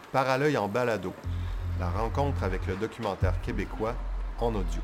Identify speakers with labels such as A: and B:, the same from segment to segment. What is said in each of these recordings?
A: Par à l'œil en balado, la rencontre avec le documentaire québécois en audio.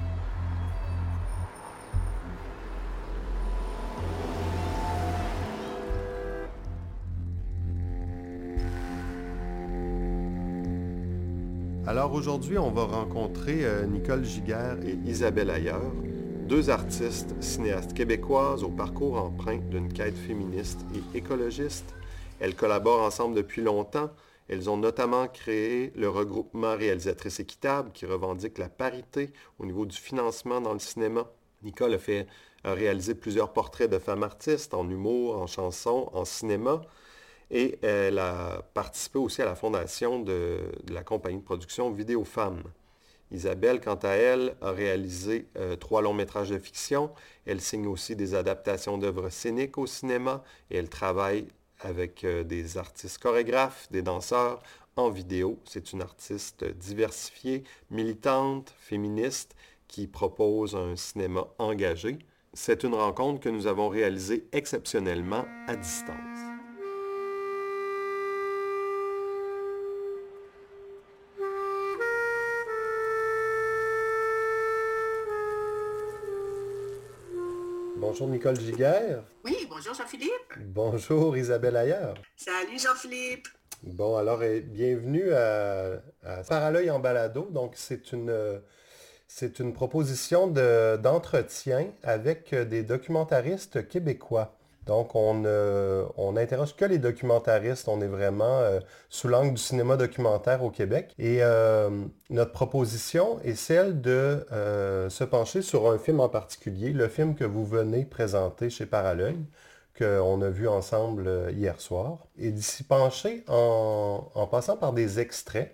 A: Alors aujourd'hui, on va rencontrer Nicole Giguère et Isabelle Ayer, deux artistes cinéastes québécoises au parcours empreint d'une quête féministe et écologiste. Elles collaborent ensemble depuis longtemps. Elles ont notamment créé le regroupement Réalisatrices Équitables qui revendique la parité au niveau du financement dans le cinéma. Nicole a réalisé plusieurs portraits de femmes artistes en humour, en chanson, en cinéma. Et elle a participé aussi à la fondation de la compagnie de production Vidéo Femmes. Isabelle, quant à elle, a réalisé 3 longs métrages de fiction. Elle signe aussi des adaptations d'œuvres scéniques au cinéma et elle travaille avec des artistes chorégraphes, des danseurs en vidéo. C'est une artiste diversifiée, militante, féministe, qui propose un cinéma engagé. C'est une rencontre que nous avons réalisée exceptionnellement à distance. Bonjour Nicole Giguère.
B: Oui, bonjour Jean-Philippe.
A: Bonjour Isabelle Ayer.
B: Salut Jean-Philippe.
A: Bon, alors bienvenue à Par à l'œil en balado. Donc c'est une proposition d'entretien avec des documentaristes québécois. Donc on n'interroge que les documentaristes. On est vraiment sous l'angle du cinéma documentaire au Québec. Et notre proposition est celle de se pencher sur un film en particulier, le film que vous venez présenter chez Par à l'œil, qu'on a vu ensemble hier soir, et d'y pencher en passant par des extraits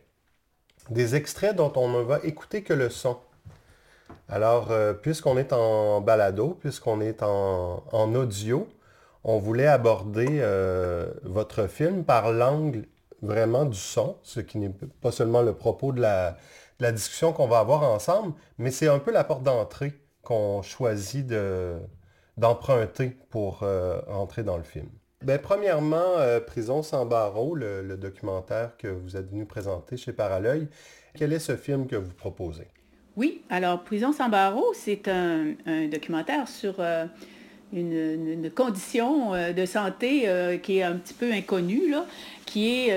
A: dont on ne va écouter que le son. Alors, puisqu'on est en balado, puisqu'on est en audio, on voulait aborder votre film par l'angle vraiment du son, ce qui n'est pas seulement le propos de la discussion qu'on va avoir ensemble, mais c'est un peu la porte d'entrée qu'on choisit d'emprunter pour entrer dans le film. Bien, premièrement, Prison sans barreaux, le documentaire que vous êtes venu présenter chez Par à l'œil. Quel est ce film que vous proposez?
C: Oui, alors Prison sans barreaux, c'est un documentaire sur une condition de santé qui est un petit peu inconnue, là, qui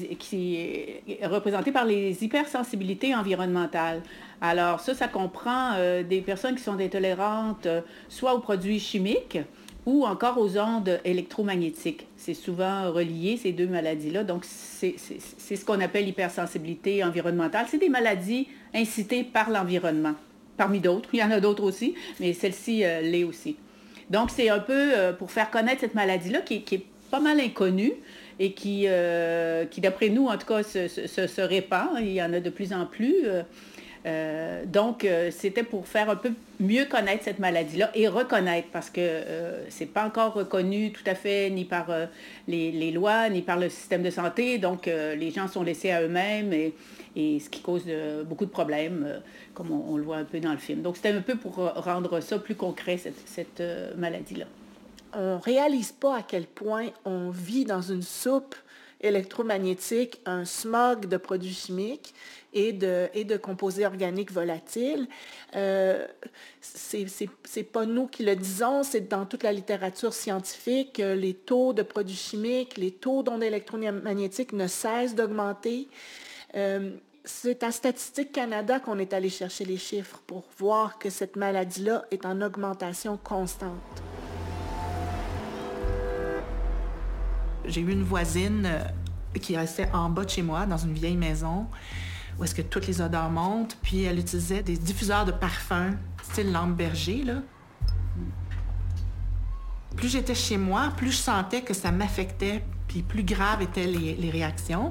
C: est représentée par les hypersensibilités environnementales. Alors ça comprend des personnes qui sont intolérantes soit aux produits chimiques ou encore aux ondes électromagnétiques. C'est souvent relié, ces deux maladies-là. Donc, c'est ce qu'on appelle l'hypersensibilité environnementale. C'est des maladies incitées par l'environnement. Parmi d'autres, il y en a d'autres aussi, mais celle-ci l'est aussi. Donc, c'est un peu pour faire connaître cette maladie-là qui est pas mal inconnue et qui d'après nous, en tout cas, se répand. Il y en a de plus en plus. Donc, c'était pour faire un peu mieux connaître cette maladie-là et reconnaître, parce que c'est pas encore reconnu tout à fait ni par les lois, ni par le système de santé. Donc, les gens sont laissés à eux-mêmes et ce qui cause beaucoup de problèmes, comme on le voit un peu dans le film. Donc, c'était un peu pour rendre ça plus concret, cette maladie-là.
B: On ne réalise pas à quel point on vit dans une soupe électromagnétique, un smog de produits chimiques et de composés organiques volatiles. C'est pas nous qui le disons, c'est dans toute la littérature scientifique. Les taux de produits chimiques, les taux d'ondes électromagnétiques ne cessent d'augmenter. C'est à Statistique Canada qu'on est allé chercher les chiffres pour voir que cette maladie-là est en augmentation constante.
D: J'ai eu une voisine qui restait en bas de chez moi, dans une vieille maison, où est-ce que toutes les odeurs montent, puis elle utilisait des diffuseurs de parfum, style lampe berger, là. Plus j'étais chez moi, plus je sentais que ça m'affectait, puis plus graves étaient les réactions.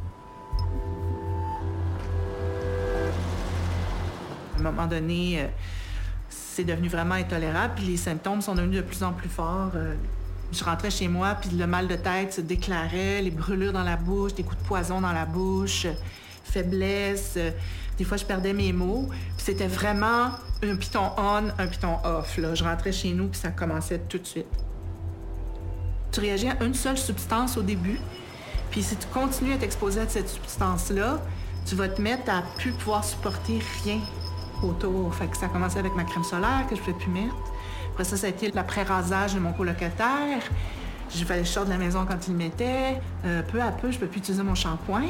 D: À un moment donné, c'est devenu vraiment intolérable, puis les symptômes sont devenus de plus en plus forts. Je rentrais chez moi, puis le mal de tête se déclarait, les brûlures dans la bouche, des coups de poison dans la bouche, faiblesse. Des fois, je perdais mes mots. Puis c'était vraiment un piton on, un piton off, là. Je rentrais chez nous, puis ça commençait tout de suite. Tu réagis à une seule substance au début, Puis si tu continues à t'exposer à cette substance-là, tu vas te mettre à plus pouvoir supporter rien autour. Fait que ça a commencé avec ma crème solaire que je ne pouvais plus mettre. Après ça a été l'après-rasage de mon colocataire. Je fallait que je sorte de la maison quand il le mettait. Peu à peu, je ne peux plus utiliser mon shampoing.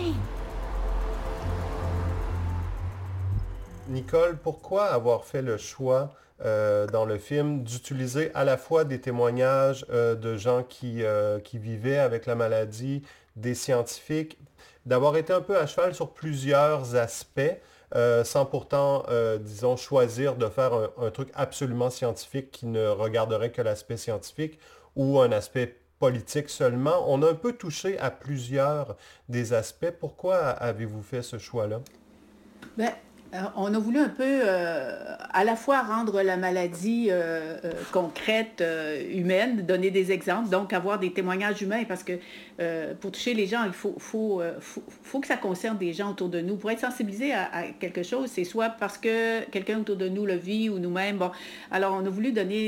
A: Nicole, pourquoi avoir fait le choix dans le film d'utiliser à la fois des témoignages de gens qui vivaient avec la maladie, des scientifiques, d'avoir été un peu à cheval sur plusieurs aspects, sans pourtant, disons, choisir de faire un truc absolument scientifique qui ne regarderait que l'aspect scientifique ou un aspect politique seulement. On a un peu touché à plusieurs des aspects. Pourquoi avez-vous fait ce choix-là?
C: Bien, on a voulu un peu à la fois rendre la maladie concrète, humaine, donner des exemples, donc avoir des témoignages humains, parce que pour toucher les gens, il faut que ça concerne des gens autour de nous. Pour être sensibilisé à quelque chose, c'est soit parce que quelqu'un autour de nous le vit ou nous-mêmes. Bon, alors on a voulu donner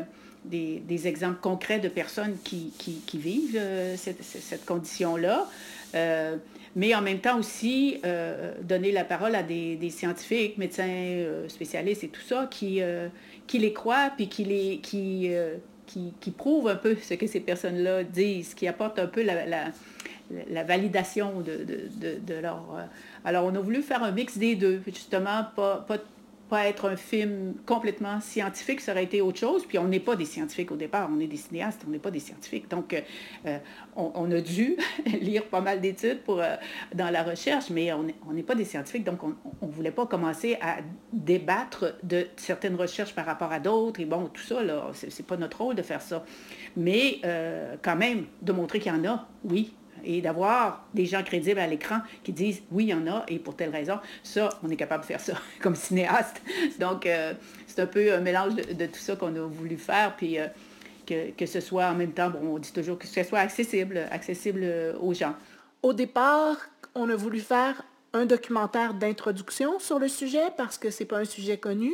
C: des exemples concrets de personnes qui vivent cette condition-là. Mais en même temps aussi donner la parole à des scientifiques, médecins spécialistes et tout ça, qui les croient, puis qui prouvent un peu ce que ces personnes-là disent, qui apportent un peu la validation de leur... Alors, on a voulu faire un mix des deux, justement, pas être un film complètement scientifique, ça aurait été autre chose. Puis on n'est pas des scientifiques au départ, on est des cinéastes, on n'est pas des scientifiques. Donc, on a dû lire pas mal d'études dans la recherche, mais on n'est pas des scientifiques, donc on ne voulait pas commencer à débattre de certaines recherches par rapport à d'autres. Et bon, tout ça, là, c'est pas notre rôle de faire ça. Mais quand même, de montrer qu'il y en a, oui. Et d'avoir des gens crédibles à l'écran qui disent « oui, il y en a, et pour telle raison », ça, on est capable de faire ça comme cinéaste. Donc, c'est un peu un mélange de tout ça qu'on a voulu faire, puis que ce soit en même temps, bon, on dit toujours que ce soit accessible aux gens.
B: Au départ, on a voulu faire un documentaire d'introduction sur le sujet parce que c'est pas un sujet connu.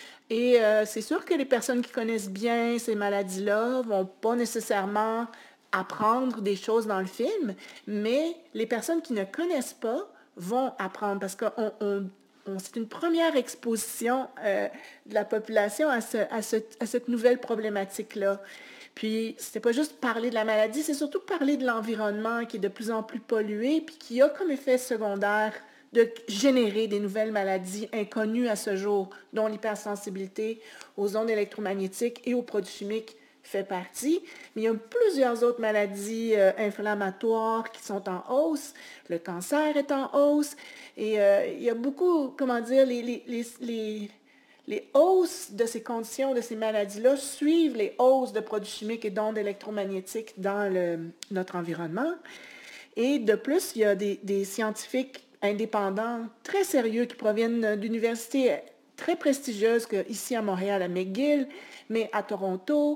B: Et c'est sûr que les personnes qui connaissent bien ces maladies-là vont pas nécessairement apprendre des choses dans le film, mais les personnes qui ne connaissent pas vont apprendre parce que c'est une première exposition de la population à cette nouvelle problématique-là. Puis, c'était pas juste parler de la maladie, c'est surtout parler de l'environnement qui est de plus en plus pollué puis qui a comme effet secondaire de générer des nouvelles maladies inconnues à ce jour, dont l'hypersensibilité aux ondes électromagnétiques et aux produits chimiques fait partie, mais il y a plusieurs autres maladies inflammatoires qui sont en hausse. Le cancer est en hausse et il y a beaucoup, comment dire, les hausses de ces conditions, de ces maladies-là, suivent les hausses de produits chimiques et d'ondes électromagnétiques dans notre environnement. Et de plus, il y a des scientifiques indépendants très sérieux qui proviennent d'universités très prestigieuses, ici à Montréal, à McGill, mais à Toronto,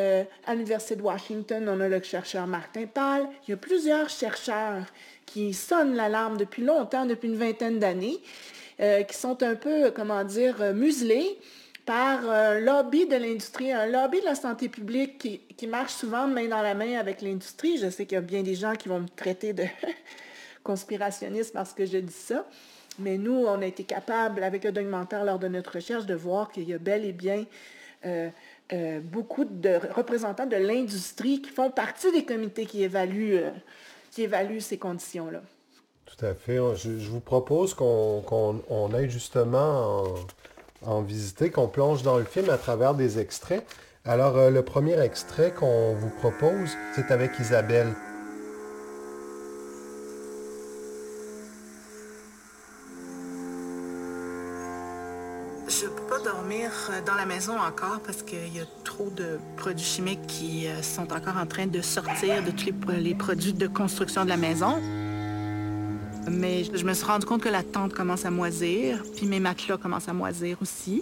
B: à l'Université de Washington, on a le chercheur Martin Pal. Il y a plusieurs chercheurs qui sonnent l'alarme depuis longtemps, depuis une vingtaine d'années, qui sont un peu, comment dire, muselés par un lobby de l'industrie, un lobby de la santé publique qui marche souvent main dans la main avec l'industrie. Je sais qu'il y a bien des gens qui vont me traiter de conspirationniste parce que je dis ça. Mais nous, on a été capables, avec le documentaire lors de notre recherche, de voir qu'il y a bel et bien beaucoup de représentants de l'industrie qui font partie des comités qui évaluent ces conditions-là.
A: Tout à fait. Je vous propose qu'on aille justement en visiter, qu'on plonge dans le film à travers des extraits. Alors, le premier extrait qu'on vous propose, c'est avec Isabelle.
D: Je ne peux pas dormir dans la maison encore parce qu'il y a trop de produits chimiques qui sont encore en train de sortir de tous les produits de construction de la maison. Mais je me suis rendu compte que la tente commence à moisir, puis mes matelas commencent à moisir aussi.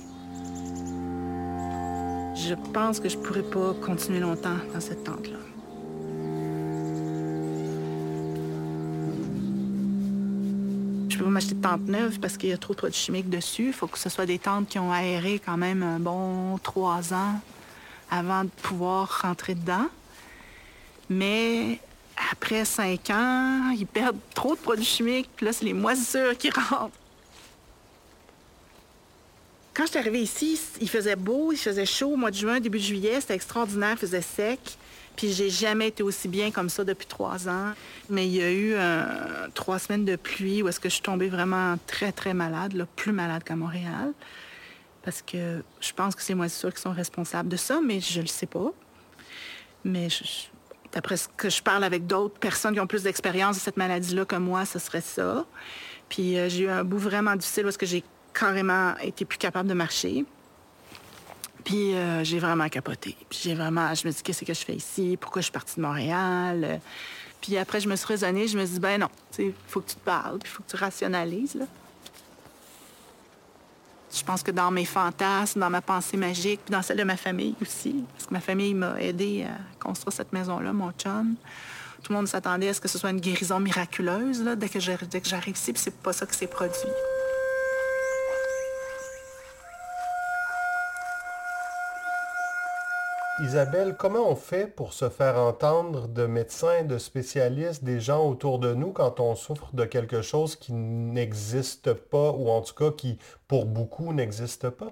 D: Je pense que je ne pourrais pas continuer longtemps dans cette tente-là. Je peux pas m'acheter de tente neuve parce qu'il y a trop de produits chimiques dessus. Il faut que ce soit des tentes qui ont aéré quand même un bon 3 ans avant de pouvoir rentrer dedans. Mais après 5 ans, ils perdent trop de produits chimiques, puis là, c'est les moisissures qui rentrent. Quand je suis arrivée ici, il faisait beau, il faisait chaud au mois de juin, début de juillet, c'était extraordinaire, il faisait sec. Puis j'ai jamais été aussi bien comme ça depuis 3 ans. Mais il y a eu 3 semaines de pluie où est-ce que je suis tombée vraiment très, très malade, là, plus malade qu'à Montréal. Parce que je pense que c'est les moisissures qui sont responsables de ça, mais je le sais pas. Mais d'après ce que je parle avec d'autres personnes qui ont plus d'expérience de cette maladie-là que moi, ce serait ça. Puis j'ai eu un bout vraiment difficile où est-ce que j'ai carrément été plus capable de marcher. Puis j'ai vraiment capoté. Puis je me dis, qu'est-ce que je fais ici? Pourquoi je suis partie de Montréal? Puis après, je me suis raisonnée, je me dis, ben non, il faut que tu te parles, puis il faut que tu rationalises, là. Je pense que dans mes fantasmes, dans ma pensée magique, puis dans celle de ma famille aussi, parce que ma famille m'a aidée à construire cette maison-là, mon chum. Tout le monde s'attendait à ce que ce soit une guérison miraculeuse, là, dès que j'arrive ici, puis c'est pas ça qui s'est produit.
A: Isabelle, comment on fait pour se faire entendre de médecins, de spécialistes, des gens autour de nous quand on souffre de quelque chose qui n'existe pas, ou en tout cas qui, pour beaucoup, n'existe pas?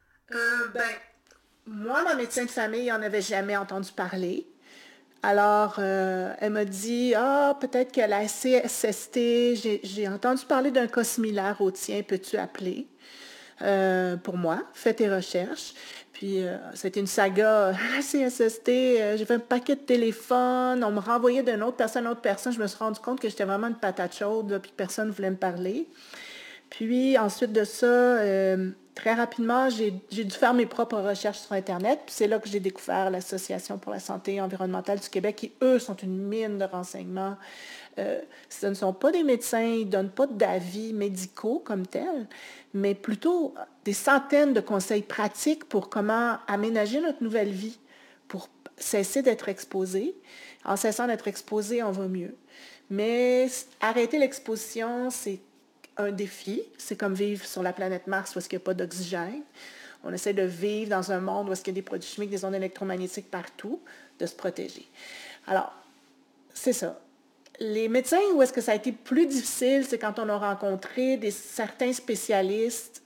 B: Moi, ma médecin de famille n'en avait jamais entendu parler. Alors, elle m'a dit, peut-être que la CSST, j'ai entendu parler d'un cas similaire au tien, peux-tu appeler? Pour moi, fais tes recherches. Puis, c'était une saga, la CSST, j'ai fait un paquet de téléphones, on me renvoyait d'une autre personne à une autre personne. Je me suis rendu compte que j'étais vraiment une patate chaude, là, puis que personne ne voulait me parler. Puis, ensuite de ça, très rapidement, j'ai dû faire mes propres recherches sur Internet. Puis c'est là que j'ai découvert l'Association pour la santé environnementale du Québec, qui, eux, sont une mine de renseignements. Ce ne sont pas des médecins, ils ne donnent pas d'avis médicaux comme tels, mais plutôt des centaines de conseils pratiques pour comment aménager notre nouvelle vie, pour cesser d'être exposé. En cessant d'être exposé, on va mieux. Mais arrêter l'exposition, c'est un défi. C'est comme vivre sur la planète Mars où il n'y a pas d'oxygène. On essaie de vivre dans un monde où il y a des produits chimiques, des ondes électromagnétiques partout, de se protéger. Alors, c'est ça. Les médecins, où est-ce que ça a été plus difficile, c'est quand on a rencontré certains spécialistes,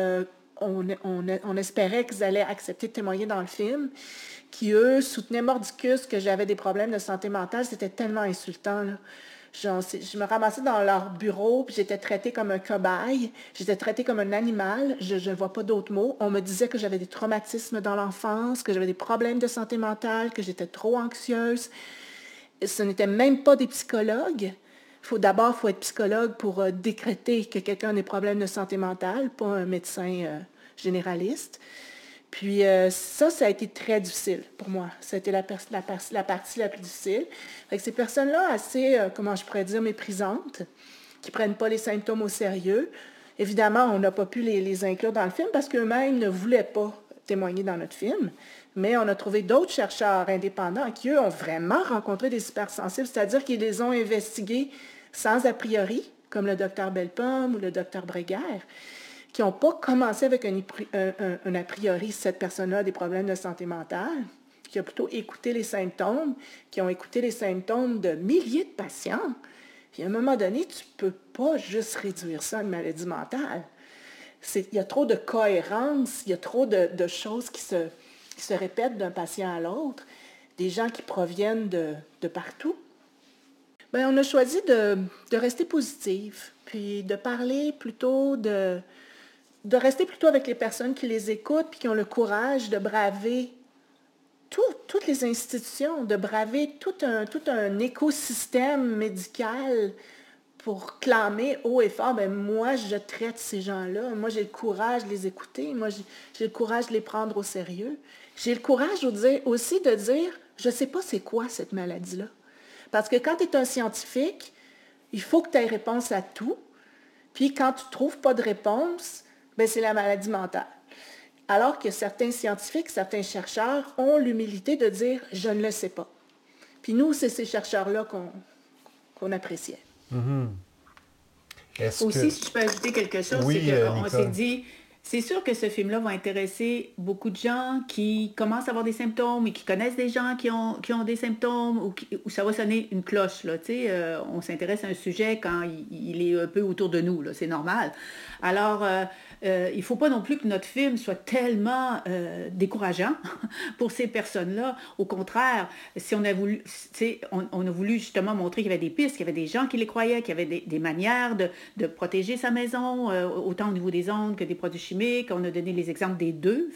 B: on espérait qu'ils allaient accepter de témoigner dans le film, qui, eux, soutenaient mordicus que j'avais des problèmes de santé mentale. C'était tellement insultant, là. Je me ramassais dans leur bureau, puis j'étais traitée comme un cobaye, j'étais traitée comme un animal, je ne vois pas d'autres mots. On me disait que j'avais des traumatismes dans l'enfance, que j'avais des problèmes de santé mentale, que j'étais trop anxieuse. Ce n'étaient même pas des psychologues. D'abord, il faut être psychologue pour décréter que quelqu'un a des problèmes de santé mentale, pas un médecin généraliste. Puis ça a été très difficile pour moi. Ça a été la partie la plus difficile. Fait ces personnes-là, assez, comment je pourrais dire, méprisantes, qui ne prennent pas les symptômes au sérieux. Évidemment, on n'a pas pu les inclure dans le film parce qu'eux-mêmes ne voulaient pas témoigner dans notre film. Mais on a trouvé d'autres chercheurs indépendants qui, eux, ont vraiment rencontré des hypersensibles, c'est-à-dire qu'ils les ont investigués sans a priori, comme le docteur Bellepomme ou le docteur Bréguère, qui n'ont pas commencé avec un a priori, cette personne-là a des problèmes de santé mentale, qui ont plutôt écouté les symptômes, qui ont écouté les symptômes de milliers de patients. Puis à un moment donné, tu ne peux pas juste réduire ça à une maladie mentale. Il y a trop de cohérence, il y a trop de choses qui se répètent d'un patient à l'autre, des gens qui proviennent de partout. Bien, on a choisi de rester positif, puis de parler plutôt de rester plutôt avec les personnes qui les écoutent, puis qui ont le courage de braver toutes les institutions, de braver tout un écosystème médical pour clamer haut et fort, bien, moi, je traite ces gens-là. Moi, j'ai le courage de les écouter. Moi, j'ai le courage de les prendre au sérieux. J'ai le courage aussi de dire, je ne sais pas c'est quoi cette maladie-là. Parce que quand tu es un scientifique, il faut que tu aies réponse à tout. Puis quand tu ne trouves pas de réponse, bien, c'est la maladie mentale. Alors que certains scientifiques, certains chercheurs ont l'humilité de dire, je ne le sais pas. Puis nous, c'est ces chercheurs-là qu'on appréciait.
C: Aussi, si je peux ajouter quelque chose, oui, c'est qu'on s'est dit, C'est sûr que ce film-là va intéresser beaucoup de gens qui commencent à avoir des symptômes et qui connaissent des gens qui ont des symptômes où ça va sonner une cloche. Là, on s'intéresse à un sujet quand il est un peu autour de nous, là, c'est normal. Alors, il ne faut pas non plus que notre film soit tellement décourageant pour ces personnes-là. Au contraire, si on a voulu, on a voulu justement montrer qu'il y avait des pistes, qu'il y avait des gens qui les croyaient, qu'il y avait des manières de protéger sa maison, autant au niveau des ondes que des produits chimiques. On a donné les exemples des deux,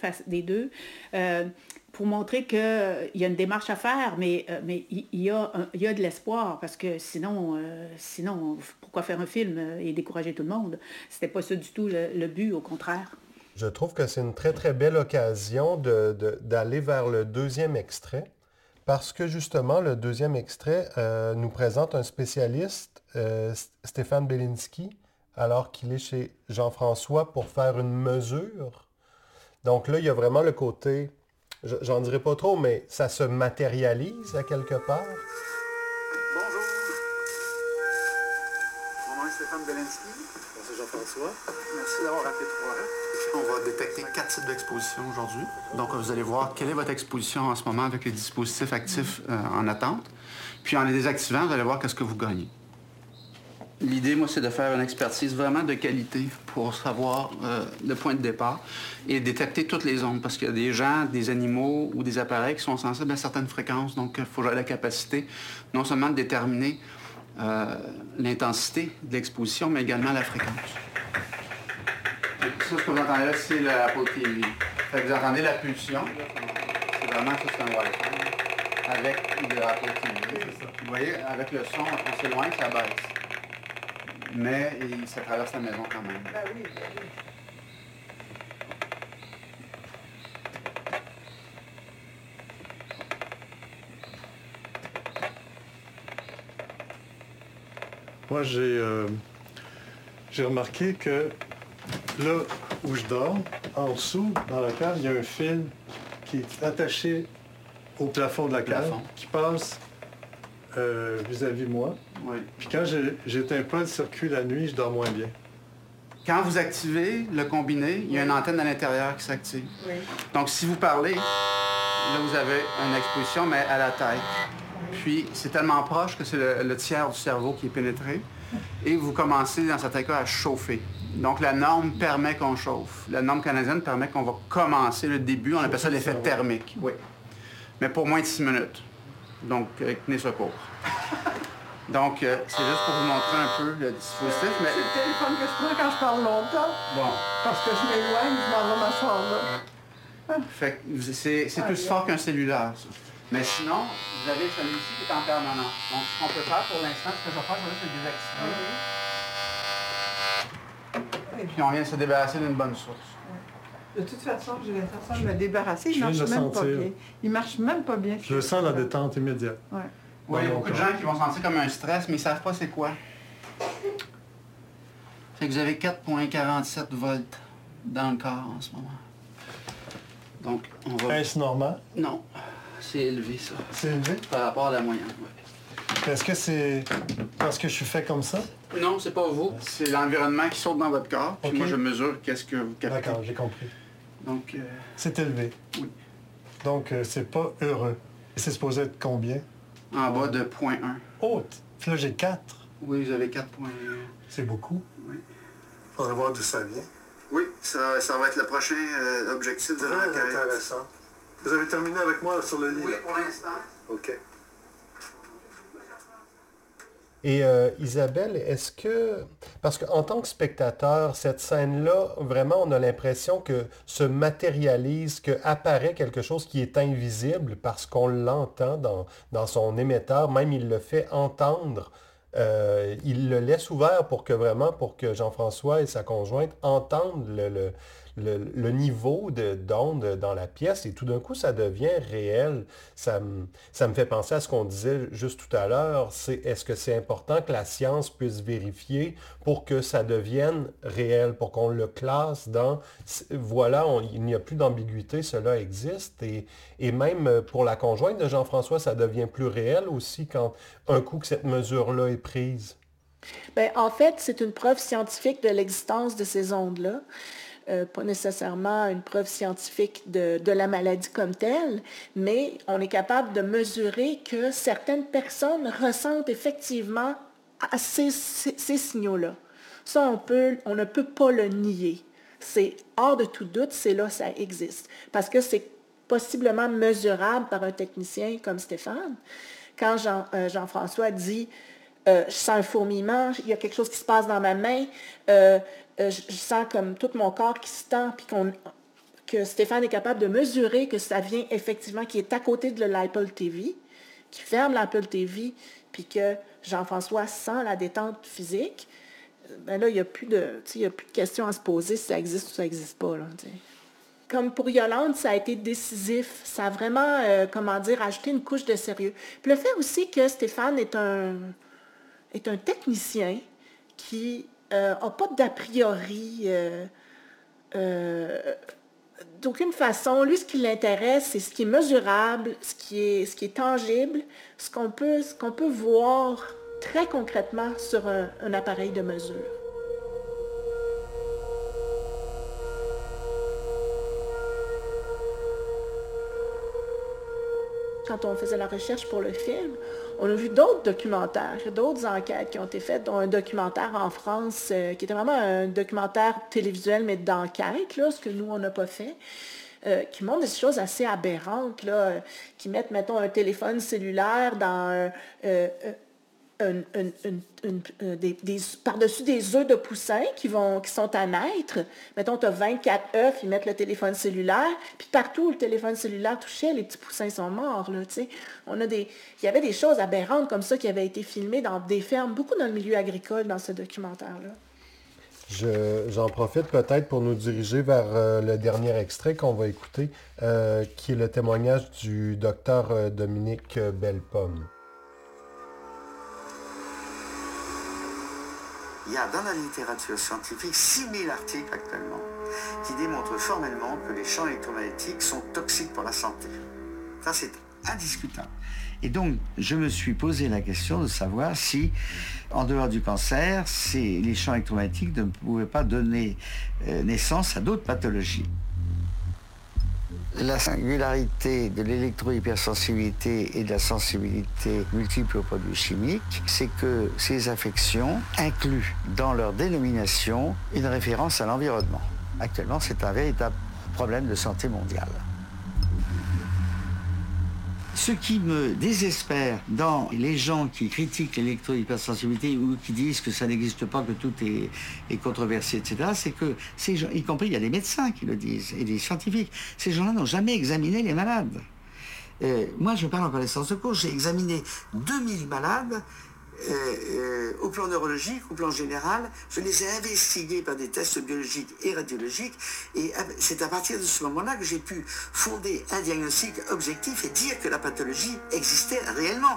C: pour montrer qu'il y a une démarche à faire, mais il y a de l'espoir, parce que sinon, pourquoi faire un film et décourager tout le monde? C'était pas ça du tout le but, au contraire.
A: Je trouve que c'est une très, très belle occasion d'aller vers le deuxième extrait, parce que justement, le deuxième extrait nous présente un spécialiste, Stéphane Belinsky, alors qu'il est chez Jean-François pour faire une mesure. Donc là, il y a vraiment le côté, j'en dirai pas trop, mais ça se matérialise à quelque part.
E: Bonjour. Mon nom est Stéphane Belinsky.
F: Bonjour Jean-François.
E: Merci d'avoir appelé Trois-Rats.
F: On va détecter 4 types d'exposition aujourd'hui. Donc, vous allez voir quelle est votre exposition en ce moment avec les dispositifs actifs en attente. Puis, en les désactivant, vous allez voir qu'est-ce que vous gagnez. L'idée, moi, c'est de faire une expertise vraiment de qualité pour savoir le point de départ et détecter toutes les ondes. Parce qu'il y a des gens, des animaux ou des appareils qui sont sensibles à certaines fréquences. Donc, il faut avoir la capacité non seulement de déterminer l'intensité de l'exposition, mais également la fréquence. Ça, ce que vous entendez là, c'est l'Apple TV. Fait que vous entendez la pulsion. C'est vraiment ça, c'est un Wi-Fi avec l'Apple TV. Vous voyez, avec le son, on s'éloigne, ça baisse. Mais ça traverse la maison quand même.
B: Ben oui, ben oui.
G: Moi, j'ai remarqué que là où je dors, en dessous, dans la cave, il y a un fil qui est attaché au plafond de la cave, qui passe vis-à-vis moi.
F: Oui.
G: Puis quand j'éteins pas le circuit la nuit, je dors moins bien.
F: Quand vous activez le combiné, il y a une antenne à l'intérieur qui s'active.
B: Oui.
F: Donc, si vous parlez, là, vous avez une exposition, mais à la tête. Puis, c'est tellement proche que c'est le tiers du cerveau qui est pénétré. Et vous commencez, dans certains cas, à chauffer. Donc, la norme permet qu'on chauffe. La norme canadienne permet qu'on va commencer le début. On appelle ça l'effet thermique. Oui. Mais pour moins de 6 minutes. Donc, tenez secours. Donc, c'est juste pour vous montrer un peu le dispositif. Mais...
H: C'est le téléphone que je prends quand je parle longtemps.
F: Bon.
H: Parce que je m'éloigne, je m'en vais m'asseoir là.
F: Fait que c'est plus fort qu'un cellulaire, ça. Mais sinon, vous avez celui-ci qui est en permanence. Donc, ce qu'on peut faire pour l'instant, ce que je vais faire, je vais juste le désactiver. Et puis, on vient de se débarrasser d'une bonne source.
H: De toute façon, j'ai l'intention de me débarrasser. Il
G: Je viens
H: marche
G: de le
H: même pas
G: sentir.
H: bien. Il marche même pas bien.
G: Je sens la détente immédiate.
H: Ouais.
F: Oui, il y a beaucoup de gens qui vont sentir comme un stress, mais ils ne savent pas c'est quoi. Fait que vous avez 4,47 volts dans le corps en ce moment. Donc, on va...
G: Est-ce normal?
F: Non, c'est élevé, ça.
G: C'est élevé?
F: Par rapport à la moyenne, oui.
G: Est-ce que c'est parce que je suis fait comme ça?
F: Non, c'est pas vous. C'est l'environnement qui saute dans votre corps. Puis
G: Ok.
F: moi, je mesure qu'est-ce que vous captez.
G: D'accord, j'ai compris.
F: Donc,
G: C'est élevé.
F: oui.
G: Donc, c'est pas heureux. Et c'est supposé être combien?
F: En bas de 0,1.
G: Oh, puis là, j'ai 4.
F: Oui, vous avez 4,1.
G: C'est beaucoup.
F: Oui.
G: Faudrait voir d'où ça vient.
E: Oui, ça va être le prochain objectif de l'enquête.
G: Intéressant. Vous avez terminé avec moi sur le lit,
F: Oui,
G: là?
F: pour l'instant.
G: OK.
A: Et Isabelle, est-ce que... Parce qu'en tant que spectateur, cette scène-là, vraiment, on a l'impression que se matérialise, qu'apparaît quelque chose qui est invisible parce qu'on l'entend dans son émetteur. Même il le fait entendre. Il le laisse ouvert pour que Jean-François et sa conjointe entendent le niveau d'onde dans la pièce et tout d'un coup, ça devient réel. Ça me fait penser à ce qu'on disait juste tout à l'heure. Est-ce que c'est important que la science puisse vérifier pour que ça devienne réel, pour qu'on le classe dans... Voilà, il n'y a plus d'ambiguïté, cela existe. Et même pour la conjointe de Jean-François, ça devient plus réel aussi quand un coup que cette mesure-là est prise.
B: Bien, en fait, c'est une preuve scientifique de l'existence de ces ondes-là. pas nécessairement une preuve scientifique de la maladie comme telle, mais on est capable de mesurer que certaines personnes ressentent effectivement ces signaux-là. Ça, on ne peut pas le nier. C'est hors de tout doute, c'est là, ça existe. Parce que c'est possiblement mesurable par un technicien comme Stéphane. Quand Jean-François dit je sens un fourmillement, il y a quelque chose qui se passe dans ma main, je sens comme tout mon corps qui se tend, puis que Stéphane est capable de mesurer que ça vient effectivement, qui est à côté de l'Apple TV, qui ferme l'Apple TV, puis que Jean-François sent la détente physique, ben là, il n'y a plus de questions à se poser si ça existe ou ça n'existe pas. Là, t'sais. Comme pour Yolande, ça a été décisif. Ça a vraiment, ajouté une couche de sérieux. Puis le fait aussi que Stéphane est un technicien qui n'a pas d'a priori d'aucune façon. Lui, ce qui l'intéresse, c'est ce qui est mesurable, ce qui est tangible, ce qu'on peut voir très concrètement sur un appareil de mesure. Quand on faisait la recherche pour le film, on a vu d'autres documentaires, d'autres enquêtes qui ont été faites, dont un documentaire en France qui était vraiment un documentaire télévisuel, mais d'enquête, là, ce que nous, on n'a pas fait, qui montrent des choses assez aberrantes, là, qui mettent, mettons, un téléphone cellulaire dans par-dessus des œufs de poussins qui sont à naître. Mettons, tu as 24 œufs, ils mettent le téléphone cellulaire, puis partout où le téléphone cellulaire touchait, les petits poussins sont morts. Là, il y avait des choses aberrantes comme ça qui avaient été filmées dans des fermes, beaucoup dans le milieu agricole dans ce documentaire-là.
A: J'en profite peut-être pour nous diriger vers le dernier extrait qu'on va écouter, qui est le témoignage du docteur Dominique Bellepomme.
I: Il y a dans la littérature scientifique 6000 articles actuellement qui démontrent formellement que les champs électromagnétiques sont toxiques pour la santé. Ça, c'est indiscutable. Et donc, je me suis posé la question de savoir si, en dehors du cancer, les champs électromagnétiques ne pouvaient pas donner naissance à d'autres pathologies. La singularité de l'électro-hypersensibilité et de la sensibilité multiple aux produits chimiques, c'est que ces affections incluent dans leur dénomination une référence à l'environnement. Actuellement, c'est un véritable problème de santé mondiale. Ce qui me désespère dans les gens qui critiquent l'électro-hypersensibilité ou qui disent que ça n'existe pas, que tout est controversé, etc., c'est que ces gens, y compris il y a des médecins qui le disent et des scientifiques, ces gens-là n'ont jamais examiné les malades. Moi, je parle en connaissance de cause, j'ai examiné 2000 malades au plan neurologique, au plan général, je les ai investigués par des tests biologiques et radiologiques, et c'est à partir de ce moment-là que j'ai pu fonder un diagnostic objectif et dire que la pathologie existait réellement.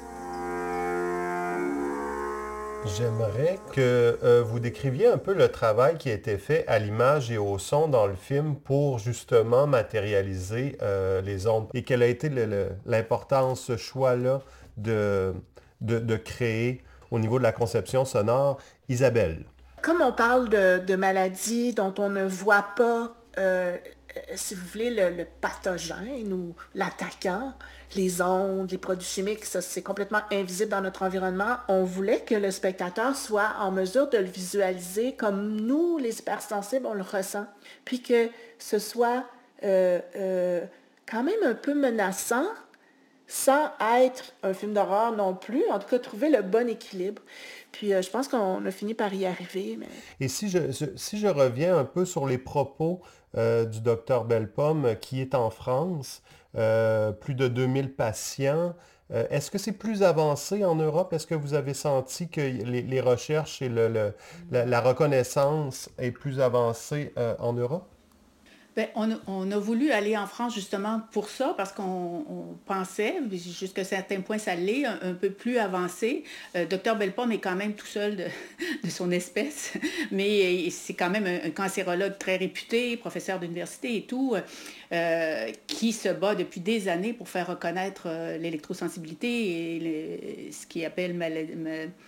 A: J'aimerais que vous décriviez un peu le travail qui a été fait à l'image et au son dans le film pour justement matérialiser les ondes, et quelle a été l'importance, ce choix-là de créer au niveau de la conception sonore. Isabelle.
B: Comme on parle de maladies dont on ne voit pas, si vous voulez, le pathogène ou l'attaquant, les ondes, les produits chimiques, ça c'est complètement invisible dans notre environnement, on voulait que le spectateur soit en mesure de le visualiser comme nous, les hypersensibles, on le ressent. Puis que ce soit quand même un peu menaçant, sans être un film d'horreur non plus, en tout cas trouver le bon équilibre. Puis je pense qu'on a fini par y arriver. Mais...
A: Et si je reviens un peu sur les propos du docteur Bellepomme qui est en France, plus de 2000 patients, est-ce que c'est plus avancé en Europe? Est-ce que vous avez senti que les recherches et la reconnaissance est plus avancée en Europe?
C: Bien, on a voulu aller en France justement pour ça, parce qu'on pensait, jusqu'à un certain point ça l'est, un peu plus avancé. Dr Bellepomme est quand même tout seul de son espèce, mais c'est quand même un cancérologue très réputé, professeur d'université et tout, qui se bat depuis des années pour faire reconnaître l'électrosensibilité et ce qu'il appelle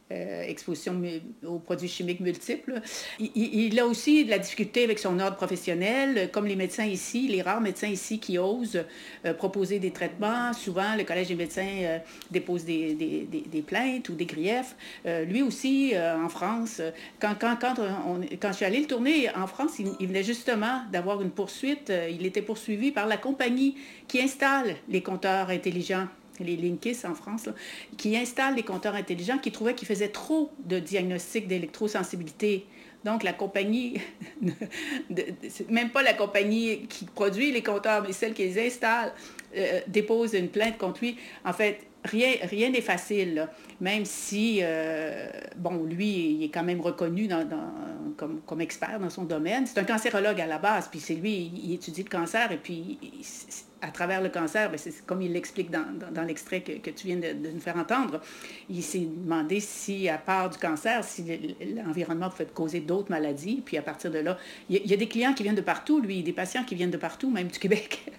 C: exposition aux produits chimiques multiples. Il a aussi de la difficulté avec son ordre professionnel, comme les médecins ici, les rares médecins ici qui osent proposer des traitements. Souvent, le Collège des médecins dépose des plaintes ou des griefs. Lui aussi, en France, quand je suis allée le tourner en France, il venait justement d'avoir une poursuite. Il était poursuivi par la compagnie qui installe les compteurs intelligents, les Linkis en France, là, qui installent les compteurs intelligents, qui trouvaient qu'ils faisaient trop de diagnostics d'électrosensibilité. Donc, la compagnie, même pas la compagnie qui produit les compteurs, mais celle qui les installe, dépose une plainte contre lui. En fait, rien n'est facile, là. Même si, lui, il est quand même reconnu comme expert dans son domaine. C'est un cancérologue à la base, puis c'est lui, il étudie le cancer, et puis à travers le cancer, c'est comme il l'explique dans l'extrait que tu viens de nous faire entendre, il s'est demandé si, à part du cancer, si l'environnement pouvait causer d'autres maladies, puis à partir de là, il y a des clients qui viennent de partout, lui, des patients qui viennent de partout, même du Québec,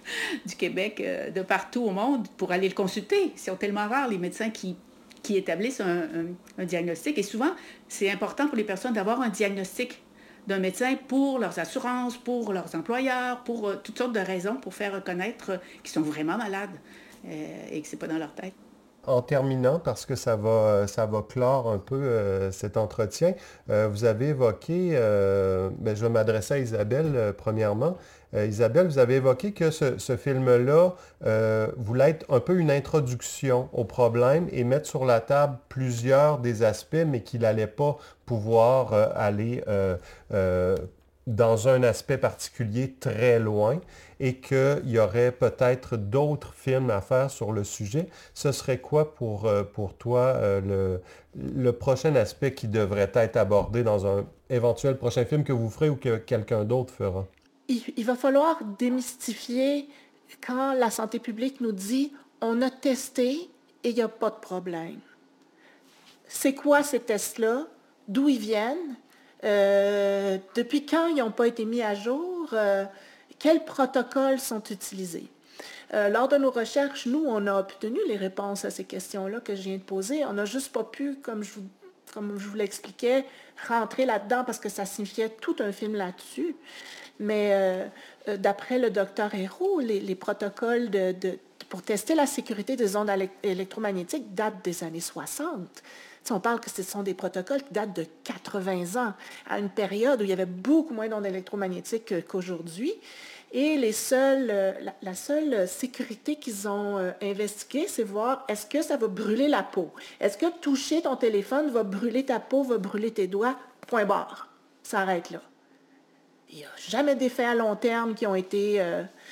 C: de partout au monde, pour aller le consulter. Ils sont tellement rares, les médecins qui établissent un diagnostic. Et souvent, c'est important pour les personnes d'avoir un diagnostic d'un médecin pour leurs assurances, pour leurs employeurs, pour toutes sortes de raisons, pour faire reconnaître qu'ils sont vraiment malades et que ce n'est pas dans leur tête.
A: En terminant, parce que ça va clore un peu cet entretien, vous avez évoqué, je vais m'adresser à Isabelle premièrement. Isabelle, vous avez évoqué que ce film-là voulait être un peu une introduction au problème et mettre sur la table plusieurs des aspects, mais qu'il n'allait pas pouvoir aller dans un aspect particulier très loin et qu'il y aurait peut-être d'autres films à faire sur le sujet. Ce serait quoi pour toi le prochain aspect qui devrait être abordé dans un éventuel prochain film que vous ferez ou que quelqu'un d'autre fera?
B: Il va falloir démystifier quand la santé publique nous dit « on a testé et il n'y a pas de problème ». C'est quoi ces tests-là? D'où ils viennent? Depuis quand ils n'ont pas été mis à jour? Quels protocoles sont utilisés? Lors de nos recherches, nous, on a obtenu les réponses à ces questions-là que je viens de poser. On n'a juste pas pu, comme je vous l'expliquais, rentrer là-dedans parce que ça signifiait tout un film là-dessus. Mais d'après le docteur Hérault, les protocoles pour tester la sécurité des ondes électromagnétiques datent des années 60. Si on parle que ce sont des protocoles qui datent de 80 ans, à une période où il y avait beaucoup moins d'ondes électromagnétiques qu'aujourd'hui. Et la seule sécurité qu'ils ont investiguée, c'est voir est-ce que ça va brûler la peau. Est-ce que toucher ton téléphone va brûler ta peau, va brûler tes doigts? Point barre. Ça arrête là. Il n'y a jamais d'effets à long terme qui ont été,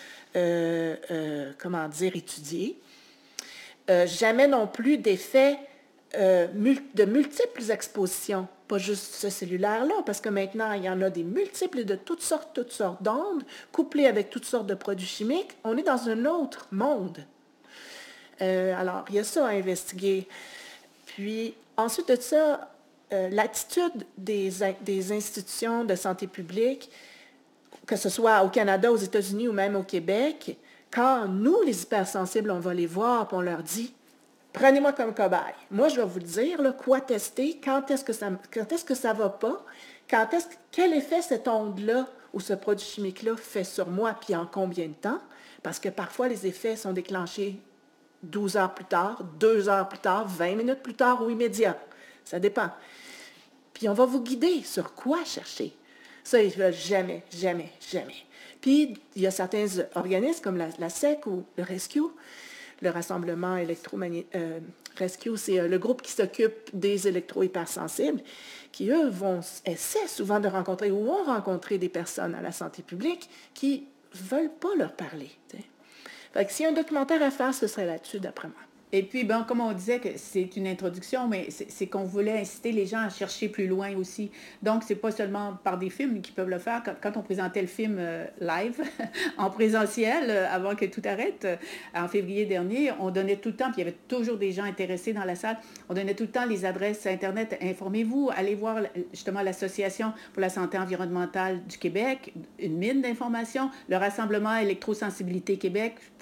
B: étudiés. Jamais non plus d'effets de multiples expositions, pas juste ce cellulaire-là, parce que maintenant, il y en a des multiples de toutes sortes d'ondes, couplées avec toutes sortes de produits chimiques. On est dans un autre monde. Alors, il y a ça à investiguer. Puis, ensuite de ça, l'attitude des institutions de santé publique, que ce soit au Canada, aux États-Unis ou même au Québec, quand nous, les hypersensibles, on va les voir et on leur dit « Prenez-moi comme cobaye. Moi, je vais vous le dire, là, quoi tester, quand est-ce que ça ne va pas, quel effet cette onde-là ou ce produit chimique-là fait sur moi, puis en combien de temps, parce que parfois, les effets sont déclenchés 12 heures plus tard, 2 heures plus tard, 20 minutes plus tard ou immédiat. Ça dépend. Puis on va vous guider sur quoi chercher. Ça, ils ne veulent jamais. Puis il y a certains organismes comme la SEC ou le Rescue, le Rassemblement électromagnétique. Rescue, c'est le groupe qui s'occupe des électro-hypersensibles, qui, eux, essaient souvent de rencontrer ou ont rencontré des personnes à la santé publique qui ne veulent pas leur parler. Fait que s'il y a un documentaire à faire, ce serait là-dessus, d'après moi.
C: Et puis, comme on disait que c'est une introduction, mais c'est qu'on voulait inciter les gens à chercher plus loin aussi. Donc, c'est pas seulement par des films qu'ils peuvent le faire. Quand on présentait le film live, en présentiel, avant que tout arrête, en février dernier, on donnait tout le temps, puis il y avait toujours des gens intéressés dans la salle, on donnait tout le temps les adresses Internet. Informez-vous, allez voir justement l'Association pour la santé environnementale du Québec, une mine d'informations, le Rassemblement électrosensibilité Québec,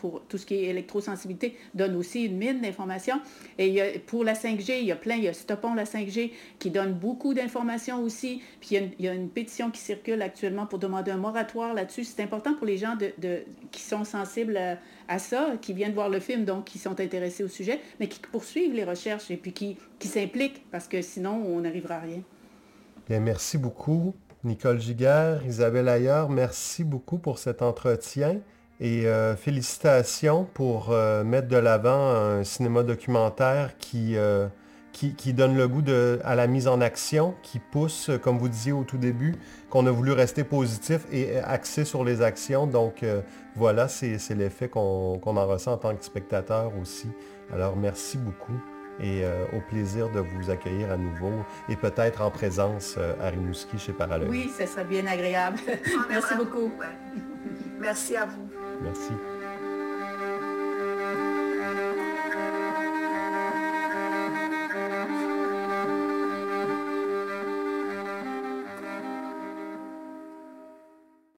C: pour tout ce qui est électrosensibilité, donne aussi une mine d'informations. Et pour la 5G, il y a Stoppons la 5G qui donne beaucoup d'informations aussi. Puis il y a une pétition qui circule actuellement pour demander un moratoire là-dessus. C'est important pour les gens qui sont sensibles à ça, qui viennent voir le film, donc qui sont intéressés au sujet, mais qui poursuivent les recherches et puis qui s'impliquent, parce que sinon, on n'arrivera à rien.
A: Bien, merci beaucoup, Nicole Giguère, Isabelle Ayer, merci beaucoup pour cet entretien et félicitations pour mettre de l'avant un cinéma documentaire qui donne le goût à la mise en action, qui pousse, comme vous disiez au tout début, qu'on a voulu rester positif et axé sur les actions. Donc voilà, c'est l'effet qu'on en ressent en tant que spectateur aussi. Alors merci beaucoup et au plaisir de vous accueillir à nouveau et peut-être en présence à Rimouski chez Parallèle.
C: Oui, ce serait bien agréable. Merci beaucoup.
H: Merci à vous.
A: Merci.